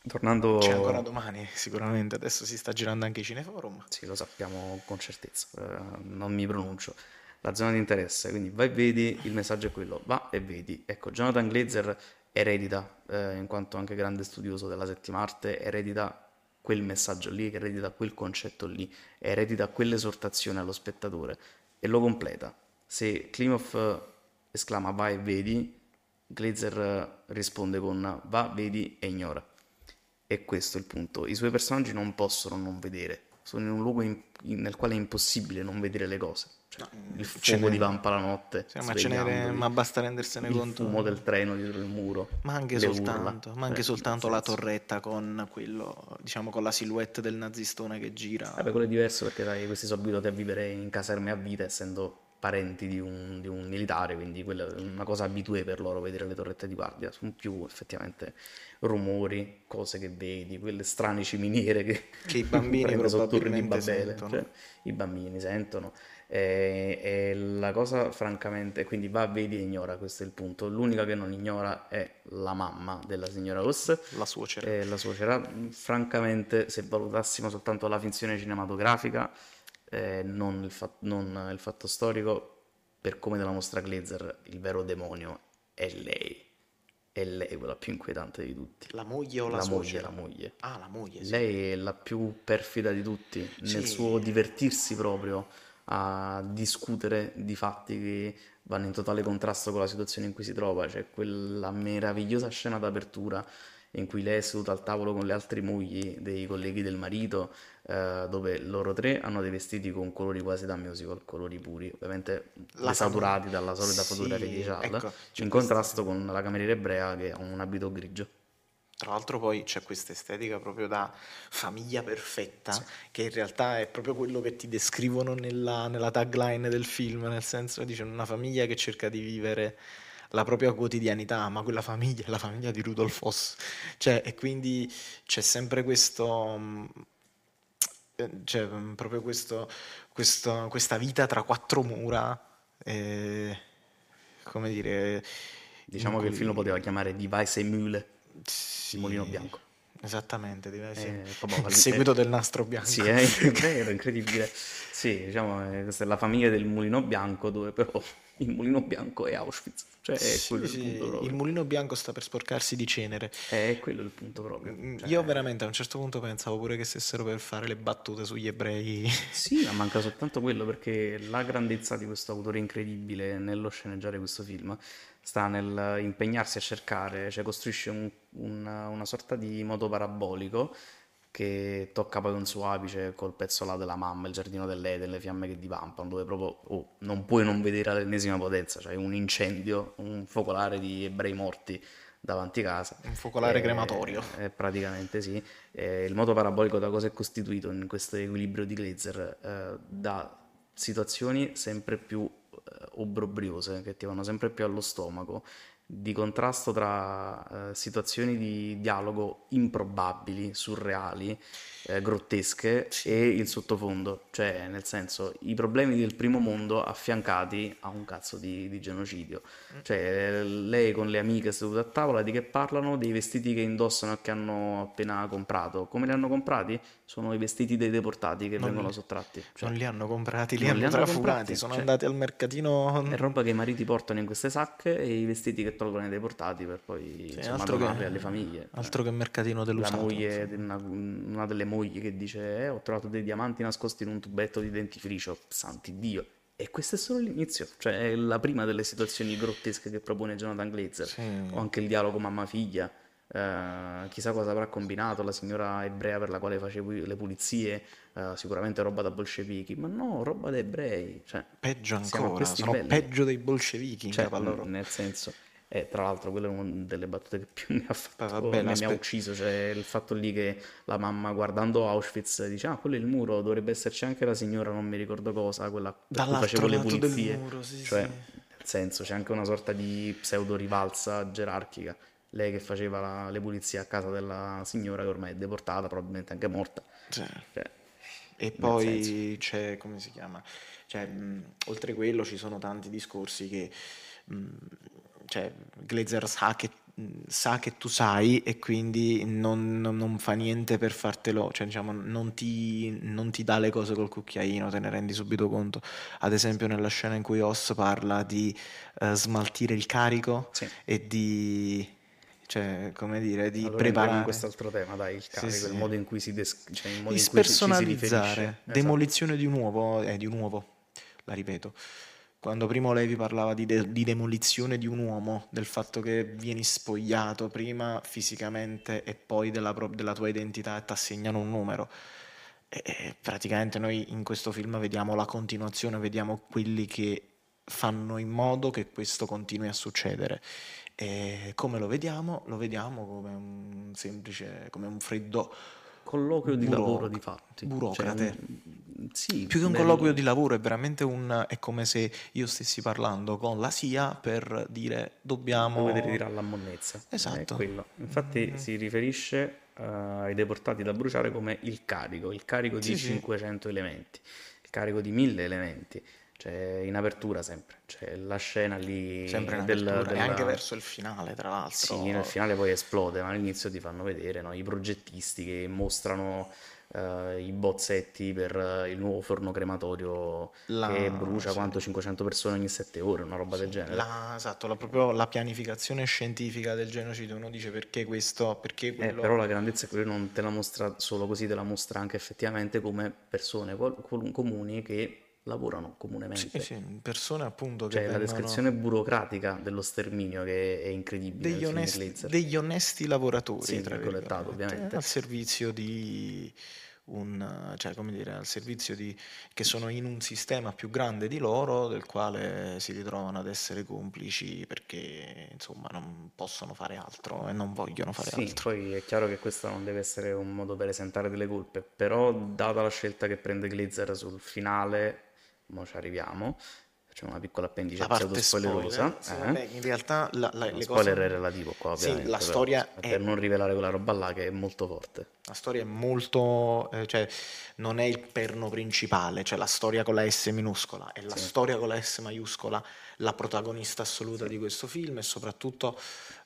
C'è ancora Tornando, domani, sicuramente. Adesso si sta girando anche i cineforum. sì, lo sappiamo con certezza, non mi pronuncio. La zona di interesse, quindi vai e vedi, il messaggio è quello, va e vedi. Ecco, Jonathan Glazer eredita, in quanto anche grande studioso della settima arte, eredita quel messaggio lì, eredita quel concetto lì, eredita quell'esortazione allo spettatore e lo completa. Se Klimov esclama vai e vedi, Glazer risponde con va, vedi e ignora. E questo è il punto. I suoi personaggi non possono non vedere, sono in un luogo nel quale è impossibile non vedere le cose. Cioè, No, il ce fuoco n'è. divampa la notte, Sì, svegliandoli, ma basta rendersene il fumo del conto. treno dietro il muro, le urla, Ma anche cioè, nel soltanto la senso. torretta con quello, diciamo, con la silhouette del nazistone che Vabbè, gira. quello è diverso perché sai, questi sono abituati a vivere in caserme a vita essendo parenti di un militare, quindi quella è una cosa abituale per loro vedere le torrette di guardia, sono più effettivamente rumori, cose che vedi, quelle strane ciminiere che Che i bambini prende sotto Torri di probabilmente Babele, cioè sentono. i bambini sentono. E la cosa francamente, quindi va, vedi e ignora, questo è il punto. L'unica che non ignora è la mamma della signora Ross, La suocera. la suocera. Francamente, se valutassimo soltanto la finzione cinematografica, non il fatto storico, per come te la mostra Glazer, il vero demonio è lei. È lei quella più inquietante di tutti. La moglie o la La moglie, la suocera? moglie. Ah, la moglie, sì. Lei è la più perfida di tutti nel suo Sì, divertirsi proprio a discutere di fatti che vanno in totale contrasto con la situazione in cui si trova. C'è quella meravigliosa scena d'apertura in cui lei è seduta al tavolo con le altre mogli dei colleghi del marito, dove loro tre hanno dei vestiti con colori quasi da musical, colori puri, ovviamente la famo... desaturati dalla solita fotografia di Sì, Chal, ecco, c'è in questa... contrasto con la cameriera ebrea che ha un abito grigio. Tra l'altro poi c'è questa estetica proprio da famiglia perfetta, Sì. che in realtà è proprio quello che ti descrivono nella tagline del film, nel senso dice una famiglia che cerca di vivere la propria quotidianità, ma quella famiglia è la famiglia di Rudolf Hoss. Cioè, e quindi c'è sempre questo, proprio questa vita tra quattro mura, eh, come dire, in Diciamo che il film lo poteva cui... chiamare Die Weiße Mühle, il mulino Sì, bianco. esattamente, Proprio il seguito del nastro sì, bianco. è vero, incredibile. Sì, diciamo, questa è la famiglia del mulino bianco, dove però il mulino bianco è Auschwitz. Cioè, è quello Sì, il punto sì, il proprio. mulino bianco sta per sporcarsi di cenere. È quello il punto proprio. Io Cioè, veramente a un certo punto pensavo pure che stessero per fare le battute sugli ebrei. sì, ma manca soltanto quello perché la grandezza di questo autore incredibile nello sceneggiare questo film sta nel impegnarsi a cercare, cioè costruisce una sorta di moto parabolico che tocca poi un suo apice col pezzo là della mamma, il giardino dell'Eden, le fiamme che divampano, dove proprio non puoi non vedere all'ennesima potenza, cioè un incendio, un focolare di ebrei morti davanti casa. Un focolare crematorio. Praticamente sì. Il moto parabolico da cosa è costituito in questo equilibrio di Glazer? Da situazioni sempre più obbrobriose, che ti vanno sempre più allo stomaco, di contrasto tra situazioni di dialogo improbabili, surreali, grottesche Sì. e il sottofondo, cioè nel senso i problemi del primo mondo affiancati a un cazzo di genocidio. Cioè, lei con le amiche sedute a tavola di che parlano? Dei vestiti che indossano e che hanno appena comprato. Come li hanno comprati? Sono i vestiti dei deportati che Non vengono li, sottratti. non Cioè, li hanno comprati, li non li hanno hanno trafugati. comprati. Sono Cioè, andati al mercatino. è roba che i mariti portano in queste sacche e i vestiti che tolgono ai deportati per poi, Sì, insomma, donarli alle famiglie. Cioè, altro che mercatino la dell'usato, moglie, insomma. una delle mogli che dice, ho trovato dei diamanti nascosti in un tubetto di dentifricio. Santi Dio. E questo è solo l'inizio, cioè è la prima delle situazioni grottesche che propone Jonathan Glazer, Sì. o anche il dialogo mamma-figlia, chissà cosa avrà combinato la signora ebrea per la quale facevo le pulizie, sicuramente roba da bolscevichi, ma no, roba da ebrei, cioè Peggio siamo a ancora, questi sono livelli, peggio dei bolscevichi in cioè capo a loro. nel senso, tra l'altro quella è una delle battute che più mi ha Poi fatto, vabbè, mi ha ucciso, cioè il fatto lì che la mamma guardando Auschwitz dice, ah, quello è il muro, dovrebbe esserci anche la signora, non mi ricordo cosa, quella per cui dall'altro facevo le lato del pulizie, muro, sì, cioè sì. nel senso c'è anche una sorta di pseudo rivalsa gerarchica, lei che faceva le pulizie a casa della signora che ormai è deportata, probabilmente anche morta, Cioè, cioè e nel senso. poi c'è, come si chiama? Cioè, oltre quello ci sono tanti discorsi che, mh, cioè, Glazer sa che sa che tu sai e quindi non fa niente per fartelo, cioè diciamo non ti dà le cose col cucchiaino, te ne rendi subito conto. Ad esempio nella scena in cui Oss parla di smaltire il carico Sì. e di, cioè, come dire, di Allora entriamo in preparare. quest'altro tema, dai, il Sì, carico, il sì. modo in cui cioè il modo Di in cui ci si riferisce. spersonalizzare, Esatto. demolizione di un uovo, la ripeto. Quando Primo Levi parlava di demolizione di un uomo, del fatto che vieni spogliato prima fisicamente e poi della tua identità e ti assegnano un numero. E praticamente noi in questo film vediamo la continuazione, vediamo quelli che fanno in modo che questo continui a succedere. E come lo vediamo? Lo vediamo come un semplice, come un freddo Colloquio di lavoro di fatti. Cioè, burocrate. sì, Più che un colloquio di lavoro è veramente è come se io stessi parlando con la SIA per dire dovete dobbiamo. ritirare la monnezza. È Esatto. quello. Infatti si riferisce ai deportati da bruciare come il carico di Sì, sì, 500 elementi, il carico di 1000 elementi. Cioè, in apertura sempre. C'è la scena sempre in lì apertura e anche verso il finale, tra sì, nel l'altro. finale poi esplode, ma all'inizio ti fanno vedere, no, i progettisti che mostrano i bozzetti per il nuovo forno crematorio che brucia Sì. quanto 500 persone ogni 7 ore, una roba del Sì, genere. esatto, proprio la pianificazione scientifica del genocidio, uno dice perché questo, perché Però quello. la grandezza è che lui non te la mostra solo così, te la mostra anche effettivamente come persone comuni che lavorano Sì, comunemente. sì, persone appunto che Cioè, la vengono. descrizione burocratica dello sterminio che è incredibile nel film di Glazer. Degli onesti lavoratori, Sì, tra virgolettato, virgolette, ovviamente. al servizio di cioè come dire, al servizio di, che sono in un sistema più grande di loro, del quale si ritrovano ad essere complici perché insomma non possono fare altro e non vogliono fare Sì, altro. poi è chiaro che questo non deve essere un modo per esentare delle colpe, però data la scelta che prende Glazer sul finale, mo ci arriviamo, facciamo una piccola appendice La parte spoiler, pseudo-spoilerosa, sì, vabbè, in realtà Lo le spoiler è cose. relativo qua Sì, la ovviamente, però storia per è. non rivelare quella roba là che è molto forte. La storia è molto, cioè non è il perno principale, cioè la storia con la S minuscola, è la Sì, storia con la S maiuscola, la protagonista assoluta sì. di questo film e soprattutto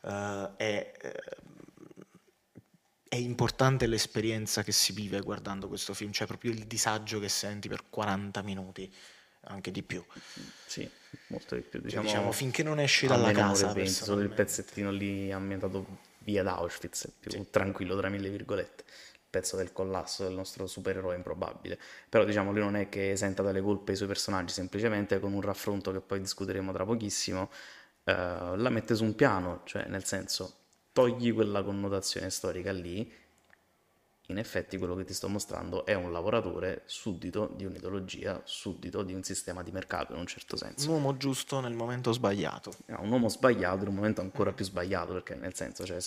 è importante l'esperienza che si vive guardando questo film, cioè proprio il disagio che senti per 40 minuti, anche di più. Sì, molto di più, Cioè diciamo diciamo finché non esci dalla almeno un'ora e casa venti, solo il personalmente. pezzettino lì ambientato via da Auschwitz, è Sì. più tranquillo tra mille virgolette, il pezzo del collasso del nostro supereroe improbabile. Però diciamo lui non è che esenta dalle colpe i suoi personaggi, semplicemente con un raffronto che poi discuteremo tra pochissimo, la mette su un piano, cioè nel senso togli quella connotazione storica lì, in effetti quello che ti sto mostrando è un lavoratore suddito di un'ideologia, suddito di un sistema di mercato in un certo Un senso. uomo giusto nel momento sbagliato. Un uomo sbagliato in un momento ancora più sbagliato, perché nel senso, cioè,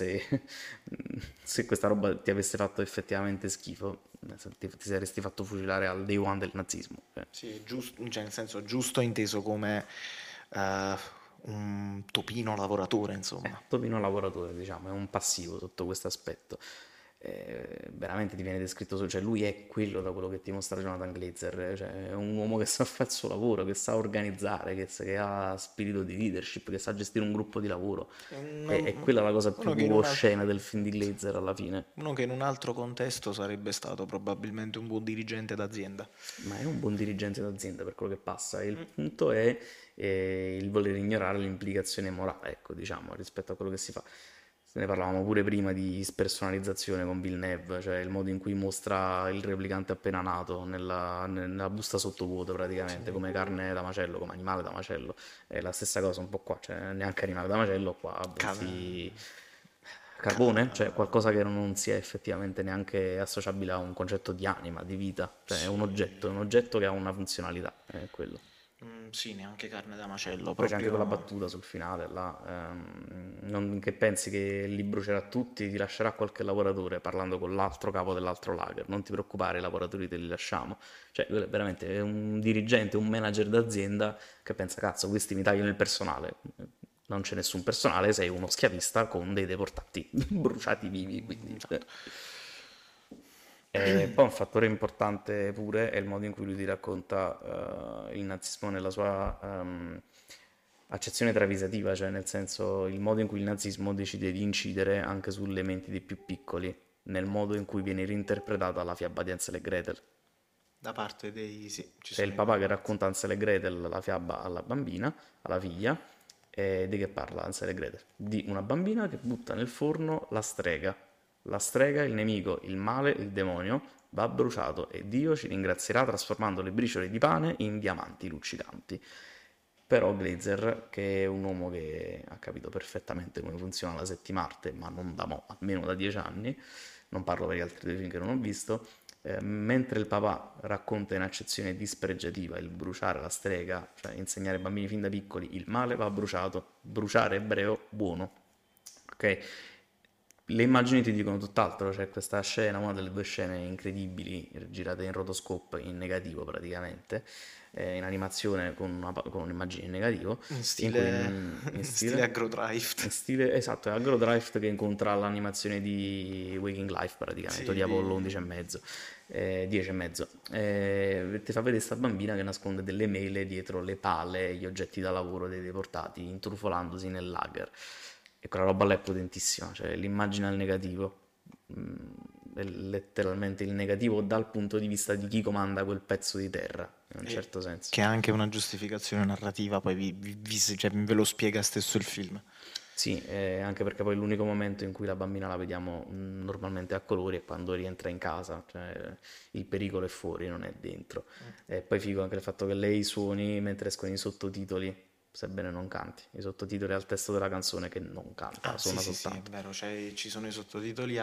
se questa roba ti avesse fatto effettivamente schifo, ti saresti fatto fucilare al day one del nazismo. Sì, giusto, cioè nel senso giusto inteso come eh, un topino lavoratore, insomma. Topino lavoratore, diciamo, è un passivo sotto questo aspetto. Veramente ti viene descritto, cioè lui è quello da quello che ti mostra Jonathan Glazer, cioè è un uomo che sa fare il suo lavoro, che sa organizzare, che ha spirito di leadership, che sa gestire un gruppo di lavoro. È È quella la cosa più uno che in un al- oscena del film di Glazer alla fine. uno che in un altro contesto sarebbe stato probabilmente un buon dirigente d'azienda. Ma è un buon dirigente d'azienda per quello che passa. Il punto è il voler ignorare l'implicazione morale, ecco, diciamo, rispetto a quello che si fa. Ne parlavamo pure prima di spersonalizzazione con Villeneuve, cioè il modo in cui mostra il replicante appena nato nella busta sottovuoto praticamente, come carne da macello, come animale da macello. È la stessa cosa un po' qua, cioè neanche animale da macello, qua Cade, bensì carbone, cioè ca- qualcosa che non sia effettivamente neanche associabile a un concetto di anima, di vita, cioè sì, è un oggetto che ha una funzionalità, è quello. sì, neanche carne da macello, Poi c'è anche quella proprio. battuta sul finale, là, che pensi che li brucerà tutti, ti lascerà qualche lavoratore parlando con l'altro capo dell'altro lager, non ti preoccupare, i lavoratori te li lasciamo. Cioè, quello è veramente un dirigente, un manager d'azienda che pensa, cazzo, questi mi tagliano il personale. Non c'è nessun personale, sei uno schiavista con dei deportati bruciati vivi, quindi. Esatto. E poi un fattore importante pure è il modo in cui lui ti racconta il nazismo nella sua accezione travisativa, cioè nel senso il modo in cui il nazismo decide di incidere anche sulle menti dei più piccoli, nel modo in cui viene reinterpretata la fiaba di Hansel e Gretel. Da parte dei... Sì, ci C'è il sono i papà che bambazzi. racconta Hansel e Gretel, la fiaba alla bambina, alla figlia, e di che parla Hansel e Gretel? Di una bambina che butta nel forno la strega. La strega, il nemico, il male, il demonio, va bruciato e Dio ci ringrazierà trasformando le briciole di pane in diamanti luccicanti. Però Glazer, che è un uomo che ha capito perfettamente come funziona la settima arte, ma non da mo', almeno da 10 anni, non parlo per gli altri due film che non ho visto, mentre il papà racconta in accezione dispregiativa il bruciare la strega, cioè insegnare ai bambini fin da piccoli il male va bruciato, bruciare ebreo buono, ok? Le immagini ti dicono tutt'altro, c'è questa scena, una delle due scene incredibili, girate in rotoscope in negativo praticamente, in animazione con un'immagine in negativo, In in cui stile, in in stile stile, AgroDrive. in stile, esatto, è AgroDrive che incontra l'animazione di Waking Life praticamente, o Sì, di Apollo di... 11 e mezzo, 10 e mezzo. Ti fa vedere questa bambina che nasconde delle mele dietro le pale, gli oggetti da lavoro dei deportati, intrufolandosi nel lager. E quella roba là è potentissima, cioè l'immagine al negativo, mm, è letteralmente il negativo dal punto di vista di chi comanda quel pezzo di terra, in un e certo senso. che ha anche una giustificazione narrativa, poi cioè, ve lo spiega stesso il film. Sì, anche perché poi l'unico momento in cui la bambina la vediamo normalmente a colori è quando rientra in casa, cioè il pericolo è fuori, non è dentro. E poi figo anche il fatto che lei suoni mentre escono i sottotitoli, sebbene non canti. I sottotitoli al testo della canzone che non canta, Ah, sì, suona sì, sì, è soltanto. vero, cioè, ci sono i sottotitoli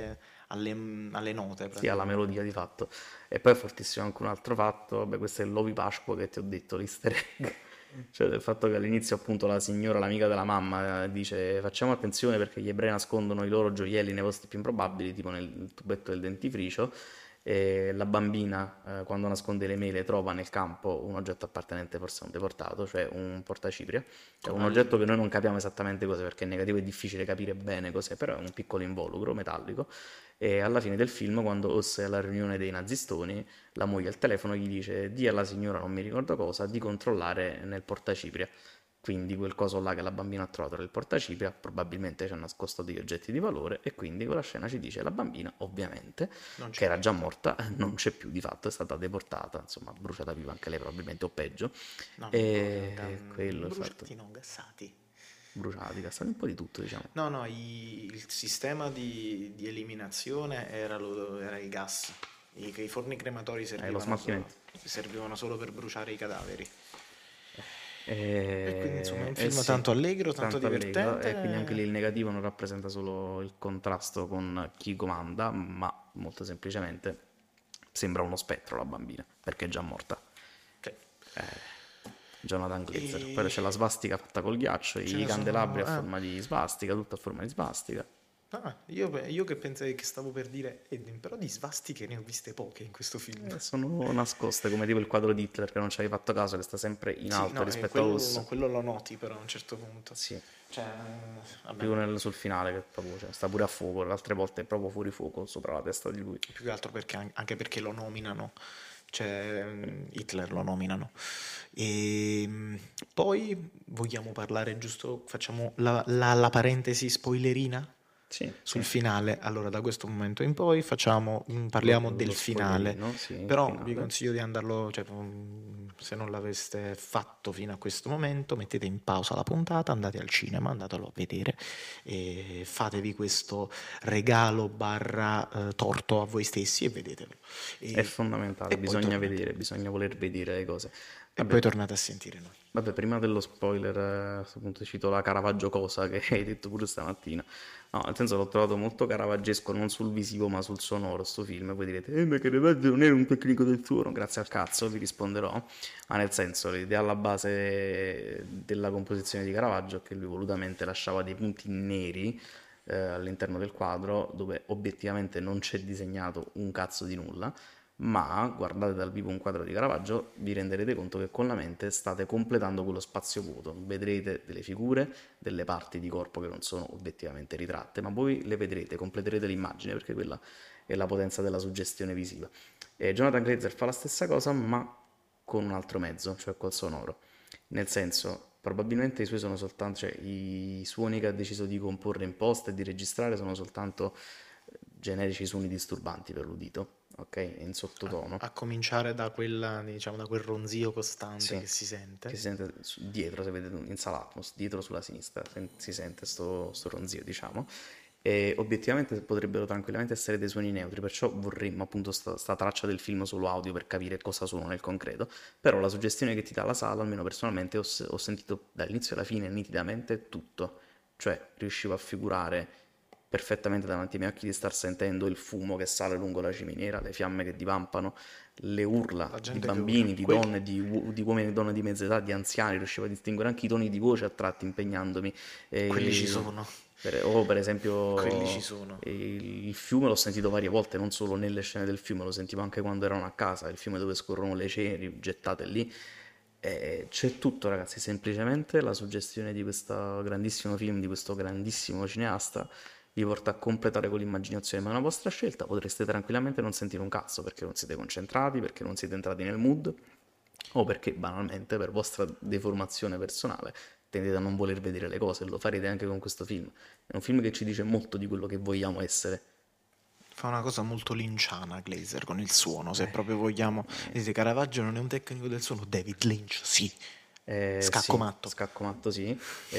alle note Sì, alla praticamente. melodia di fatto. E poi è fortissimo anche un altro fatto, vabbè, questo è l'Ovi Pasqua che ti ho detto, l'easter egg. Cioè del fatto che all'inizio appunto la signora, l'amica della mamma, dice facciamo attenzione perché gli ebrei nascondono i loro gioielli nei posti più improbabili, tipo nel tubetto del dentifricio, e la bambina quando nasconde le mele trova nel campo un oggetto appartenente forse a un deportato, cioè un portacipria, cioè Con un oggetto che noi non capiamo esattamente cos'è perché è negativo è difficile capire bene cos'è, però è un piccolo involucro metallico e alla fine del film quando Oss è alla riunione dei nazistoni la moglie al telefono gli dice di alla signora non mi ricordo cosa di controllare nel portacipria. Quindi quel coso là che la bambina ha trovato nel portacipria probabilmente ci ha nascosto degli oggetti di valore e quindi quella scena ci dice la bambina ovviamente Non che c'è era più. già morta non c'è più di fatto, è stata deportata, insomma bruciata viva anche lei probabilmente o peggio No, no, e quello è il fatto. bruciati, no, gassati. Bruciati, cassati un po' di tutto diciamo. No, no, il sistema di eliminazione era il gas. I forni crematori Lo smaltimento. servivano solo per bruciare i cadaveri. E quindi insomma è un Eh film sì, tanto allegro, tanto tanto allegro divertente. e quindi anche lì il negativo non rappresenta solo il contrasto con chi comanda, ma molto semplicemente sembra uno spettro la bambina, perché è già morta. Cioè, Jonathan Glazer. Poi e c'è la svastica fatta col ghiaccio, ce i ne candelabri sono... a forma di svastica, tutto a forma di svastica. io che pensai che stavo per dire, però di svastiche ne ho viste poche in questo film. Sono nascoste come tipo il quadro di Hitler che non ci avevi fatto caso, che sta sempre in Sì, alto no, rispetto a Oss. quello lo noti però a un certo punto. Sì, Cioè, vabbè, più sul finale che proprio, cioè, sta pure a fuoco, le altre volte è proprio fuori fuoco sopra la testa di lui. più che altro perché anche perché lo nominano, cioè Hitler lo nominano. E poi vogliamo parlare, giusto, facciamo la parentesi spoilerina Sì, sul sì, finale. Allora, da questo momento in poi parliamo del lo finale, spoilerino, sì, il però vi finale. consiglio di andarlo, cioè, se non l'aveste fatto fino a questo momento, mettete in pausa la puntata, andate al cinema, andatelo a vedere e fatevi questo regalo barra torto a voi stessi e vedetevelo. È E, fondamentale, e poi bisogna tornate. vedere, bisogna voler vedere le cose. E poi Vabbè, tornate a sentire noi. vabbè, prima dello spoiler, a questo punto cito la Caravaggio cosa che hai detto pure stamattina. No, nel senso l'ho trovato molto caravaggesco, non sul visivo ma sul sonoro, sto film. Voi direte, ma Caravaggio non era un tecnico del suono, grazie al cazzo, vi risponderò. Ma nel senso, l'idea alla base della composizione di Caravaggio è che lui volutamente lasciava dei punti neri all'interno del quadro dove obiettivamente non c'è disegnato un cazzo di nulla, ma guardate dal vivo un quadro di Caravaggio, vi renderete conto che con la mente state completando quello spazio vuoto, vedrete delle figure, delle parti di corpo che non sono obiettivamente ritratte, ma voi le vedrete, completerete l'immagine perché quella è la potenza della suggestione visiva. E Jonathan Glazer fa la stessa cosa ma con un altro mezzo, cioè col sonoro. Nel senso, probabilmente i suoi sono soltanto, cioè i suoni che ha deciso di comporre in post e di registrare sono soltanto generici suoni disturbanti per l'udito, ok? In sottotono. A cominciare da quella, diciamo, da quel ronzio costante Sì, che si che sente. si sente dietro, se vedete in Salatmos, dietro sulla sinistra, si sente sto ronzio, diciamo. E obiettivamente potrebbero tranquillamente essere dei suoni neutri, perciò vorremmo appunto sta traccia del film solo audio per capire cosa sono nel concreto. Però la suggestione che ti dà la sala, almeno personalmente, ho sentito dall'inizio alla fine nitidamente tutto. Cioè, riuscivo a figurare perfettamente davanti ai miei occhi di star sentendo il fumo che sale lungo la ciminiera, le fiamme che divampano, le urla La di gente che urla. bambini, di donne, di uomini e donne di mezza età, di anziani, riuscivo a distinguere anche i toni di voce a tratti impegnandomi. Quelli ci E sono. o per Quelli ci esempio sono. il fiume l'ho sentito varie volte, non solo nelle scene del fiume, lo sentivo anche quando erano a casa, il fiume dove scorrono le ceneri gettate lì. C'è tutto, ragazzi, semplicemente la suggestione di questo grandissimo film, di questo grandissimo cineasta, vi porta a completare con l'immaginazione, ma è una vostra scelta, potreste tranquillamente non sentire un cazzo perché non siete concentrati, perché non siete entrati nel mood, o perché banalmente per vostra deformazione personale tendete a non voler vedere le cose, lo farete anche con questo film. È un film che ci dice molto di quello che vogliamo essere. Fa una cosa molto linciana Glazer con il suono, se proprio vogliamo. Vedete, Caravaggio non è un tecnico del suono, David Lynch sì. Scacco Sì, matto. scaccomatto sì.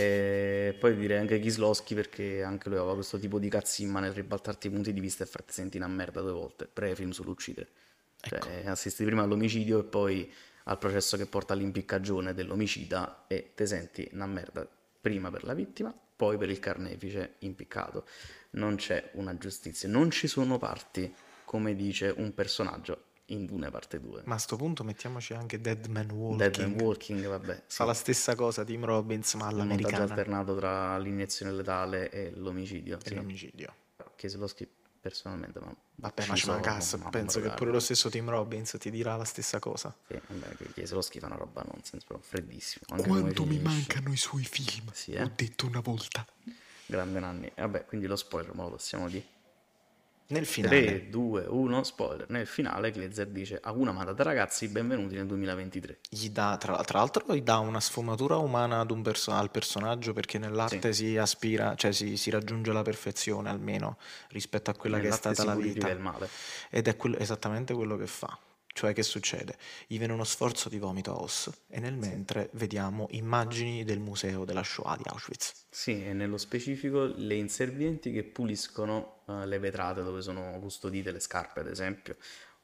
E poi direi anche Kieslowski perché anche lui aveva questo tipo di cazzimma nel ribaltarti i punti di vista e farti sentire una merda 2 volte. Pre-film sull'uccidere. Ecco, Cioè, assisti prima all'omicidio e poi al processo che porta all'impiccagione dell'omicida e te senti una merda prima per la vittima, poi per il carnefice impiccato. Non c'è una giustizia, non ci sono parti, come dice un personaggio in Dune parte 2. ma a sto punto mettiamoci anche Dead Man Dead Man Walking. Walking, vabbè, Fa sì, la stessa cosa Tim Robbins, ma il montaggio all'americana. alternato tra l'iniezione letale e l'omicidio, E sì. l'omicidio. Però Kieslowski personalmente mi ha Vabbè, ma ci ucciso manca, con penso che pure Hamburger. lo stesso Tim Robbins ti dirà la stessa cosa. Sì, vabbè, che Kieslowski fa una roba nonsense, però freddissimo, anche come Quanto mi finisce. mancano i suoi film, Sì, ho detto una volta. Grande Nanni. E vabbè, quindi lo spoiler, ma lo possiamo dire. Nel finale, 3, 2, 1, spoiler. Nel finale Glazer dice a una matata ragazzi, benvenuti nel 2023. gli dà, tra l'altro, gli dà una sfumatura umana ad al personaggio perché Sì, nell'arte si aspira, cioè si raggiunge la perfezione almeno rispetto a quella che è nell'arte stata si la purifica il vita. male. Ed è esattamente quello che fa. Cioè, che succede? Gli viene uno sforzo di vomito a Oss e nel Sì. mentre vediamo immagini del museo della Shoah di Auschwitz. Sì, e nello specifico le inservienti che puliscono le vetrate dove sono custodite le scarpe, ad esempio,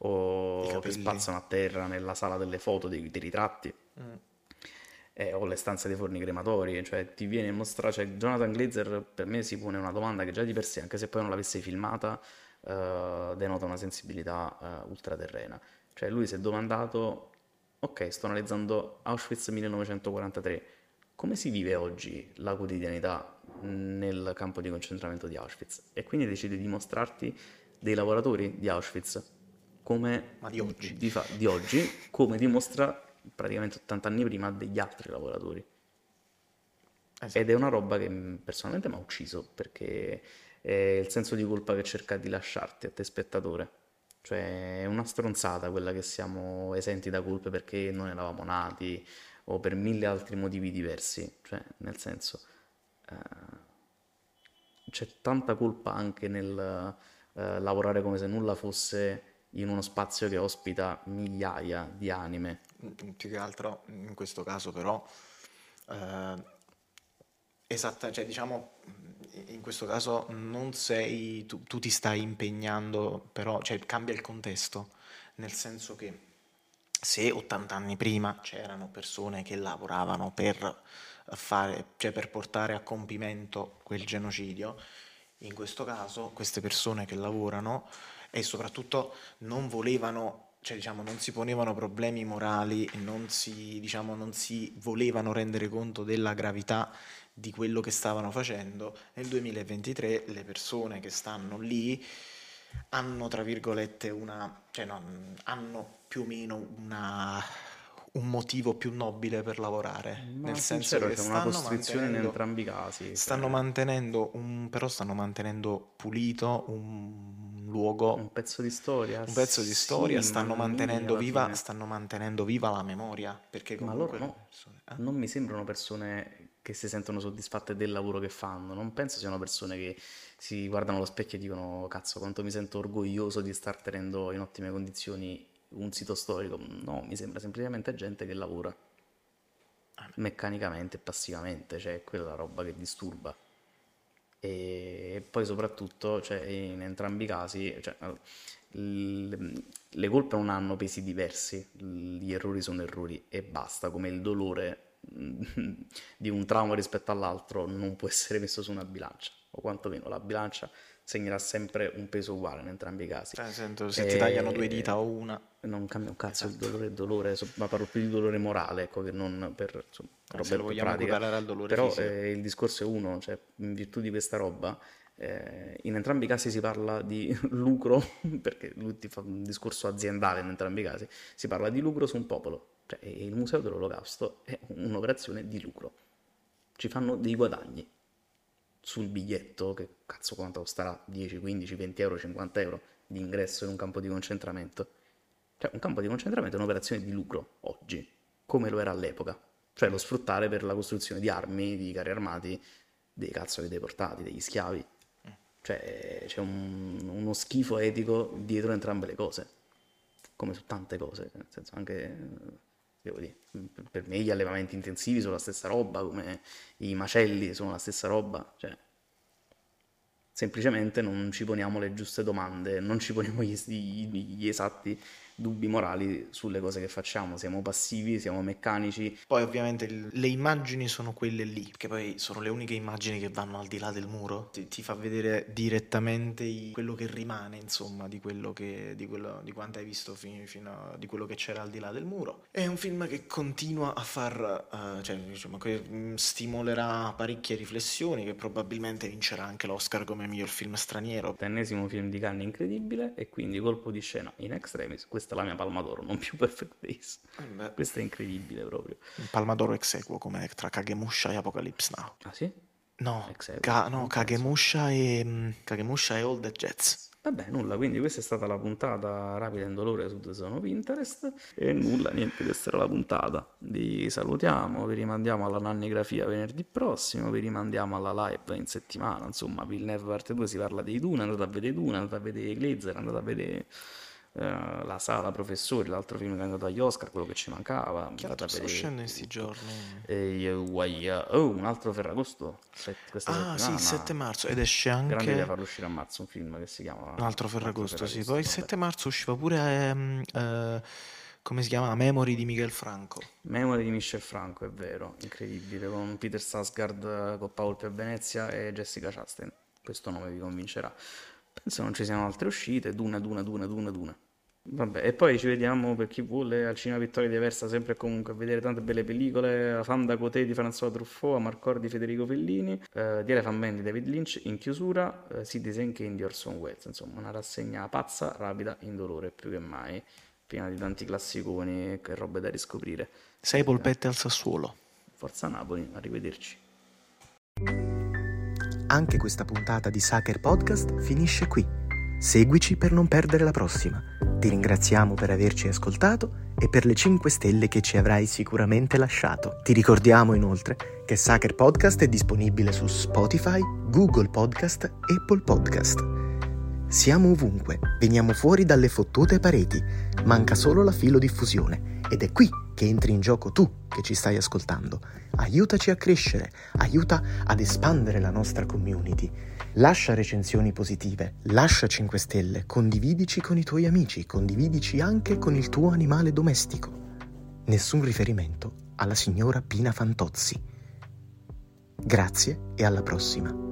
I o che capelli. spazzano a terra nella sala delle foto, dei ritratti, o le stanze dei forni crematori, cioè ti viene mostrato, cioè Jonathan Glazer per me si pone una domanda che già di per sé, anche se poi non l'avesse filmata, denota una sensibilità ultraterrena. Cioè lui si è domandato, ok, sto analizzando Auschwitz 1943, come si vive oggi la quotidianità nel campo di concentramento di Auschwitz? E quindi decide di mostrarti dei lavoratori di Auschwitz come Ma di oggi. di oggi, come dimostra praticamente 80 anni prima degli altri lavoratori. Ed è una roba che personalmente mi ha ucciso perché è il senso di colpa che cerca di lasciarti a te spettatore. Cioè è una stronzata quella che siamo esenti da colpe perché non eravamo nati o per mille altri motivi diversi. Cioè, nel senso, c'è tanta colpa anche nel lavorare come se nulla fosse in uno spazio che ospita migliaia di anime. Più che altro in questo caso però eh, esatta, cioè diciamo in questo caso non sei tu ti stai impegnando però cioè cambia il contesto nel senso che se 80 anni prima c'erano persone che lavoravano per fare, cioè per portare a compimento quel genocidio, in questo caso queste persone che lavorano e soprattutto non volevano, cioè diciamo non si ponevano problemi morali e non si volevano rendere conto della gravità di quello che stavano facendo, nel 2023 le persone che stanno lì hanno, tra virgolette, cioè no, hanno più o meno un motivo più nobile per lavorare, nel Ma senso sincero, che c'è una costrizione in entrambi i casi. stanno Cioè, mantenendo però stanno mantenendo pulito un luogo, Un pezzo di storia, un pezzo di storia, sì, ma stanno mica mantenendo alla viva, fine. stanno mantenendo viva la memoria, perché Ma loro comunque le no, persone... non mi sembrano persone che si sentono soddisfatte del lavoro che fanno, non penso siano persone che si guardano allo specchio e dicono cazzo quanto mi sento orgoglioso di star tenendo in ottime condizioni un sito storico, no, mi sembra semplicemente gente che lavora meccanicamente e passivamente, cioè è quella la roba che disturba. E poi soprattutto, cioè, in entrambi i casi, cioè, le colpe non hanno pesi diversi, gli errori sono errori e basta, come il dolore di un trauma rispetto all'altro non può essere messo su una bilancia, o quantomeno la bilancia segnerà sempre un peso uguale in entrambi i casi. Cioè, sento, se ti tagliano 2 dita o una, Non cambia un cazzo, il esatto. dolore è dolore, ma parlo più di dolore morale, ecco, che non per insomma, Se roba lo più vogliamo pratica. equiparare al dolore Però fisico. il discorso è uno, cioè in virtù di questa roba, in entrambi i casi si parla di lucro, perché lui ti fa un discorso aziendale in entrambi i casi, si parla di lucro su un popolo, cioè il Museo dell'Olocausto è un'operazione di lucro, ci fanno dei guadagni sul biglietto, che cazzo quanto costerà, 10, 15, 20 euro, 50 euro di ingresso in un campo di concentramento. Cioè un campo di concentramento è un'operazione di lucro oggi, come lo era all'epoca. Cioè lo sfruttare per la costruzione di armi, di carri armati, dei cazzo dei deportati, degli schiavi. Cioè c'è uno schifo etico dietro entrambe le cose, come su tante cose, nel senso anche, devo dire, per me gli allevamenti intensivi sono la stessa roba, come i macelli sono la stessa roba, cioè semplicemente non ci poniamo le giuste domande, non ci poniamo gli esatti dubbi morali sulle cose che facciamo, siamo passivi, siamo meccanici. Poi ovviamente le immagini sono quelle lì, che poi sono le uniche immagini che vanno al di là del muro, ti fa vedere direttamente quello che rimane, insomma, di quanto hai visto di quello che c'era al di là del muro. È un film che continua a cioè diciamo che stimolerà parecchie riflessioni, che probabilmente vincerà anche l'Oscar come miglior film straniero. Ennesimo film di Cannes incredibile, e quindi colpo di scena in extremis, questa è la mia Palma d'Oro, non più Perfect Days. Beh, Questo è incredibile proprio. un Palma d'Oro ex equo come tra Kagemusha e Apocalypse Now. Ah sì? No, Ex aequo, non penso. Kagemusha e All the Jets. Vabbè, nulla, quindi questa è stata la puntata rapida e indolore su The Zone of Interest e nulla, niente, questa era la puntata. Vi salutiamo, vi rimandiamo alla nannigrafia venerdì prossimo, vi rimandiamo alla live in settimana, insomma, Villeneuve parte 2 si parla dei Dune, andate a vedere Dune, andate a vedere Glazer, andate a vedere La Sala Professori, l'altro film che è andato agli Oscar, quello che ci mancava, Che andate altro a sta vedere uscendo in sti tutto. giorni? Un altro Ferragosto questa Ah, sì, il 7 settimana. marzo. Ed esce Grande idea anche farlo uscire a marzo un film che si chiama un altro Ferragosto, sì. Poi il Vabbè. 7 marzo usciva pure, come si chiama? Memory di Miguel Franco. Memory di Michel Franco, è vero, incredibile, con Peter Sarsgaard, Coppa Volpi a Venezia e Jessica Chastain. Questo nome vi convincerà. Penso non ci siano altre uscite, Duna. Vabbè, e poi ci vediamo, per chi vuole, al Cinema Vittoria di Aversa, sempre e comunque a vedere tante belle pellicole, La Femme d'à côté di François Truffaut, Amarcord di Federico Fellini, The Elephant Man di David Lynch, in chiusura Citizen Kane di Orson Welles, insomma una rassegna pazza, rapida, indolore più che mai, piena di tanti classiconi e robe da riscoprire. 6 polpette al Sassuolo. Forza Napoli, arrivederci. Anche questa puntata di Sacher Podcast finisce qui. Seguici per non perdere la prossima. Ti ringraziamo per averci ascoltato e per le 5 stelle che ci avrai sicuramente lasciato. Ti ricordiamo inoltre che Sacher Podcast è disponibile su Spotify, Google Podcast e Apple Podcast. Siamo ovunque, veniamo fuori dalle fottute pareti, manca solo la filodiffusione ed è qui che entri in gioco tu che ci stai ascoltando. Aiutaci a crescere, aiuta ad espandere la nostra community. Lascia recensioni positive, lascia 5 stelle, condividici con i tuoi amici, condividici anche con il tuo animale domestico. Nessun riferimento alla signora Pina Fantozzi. Grazie e alla prossima.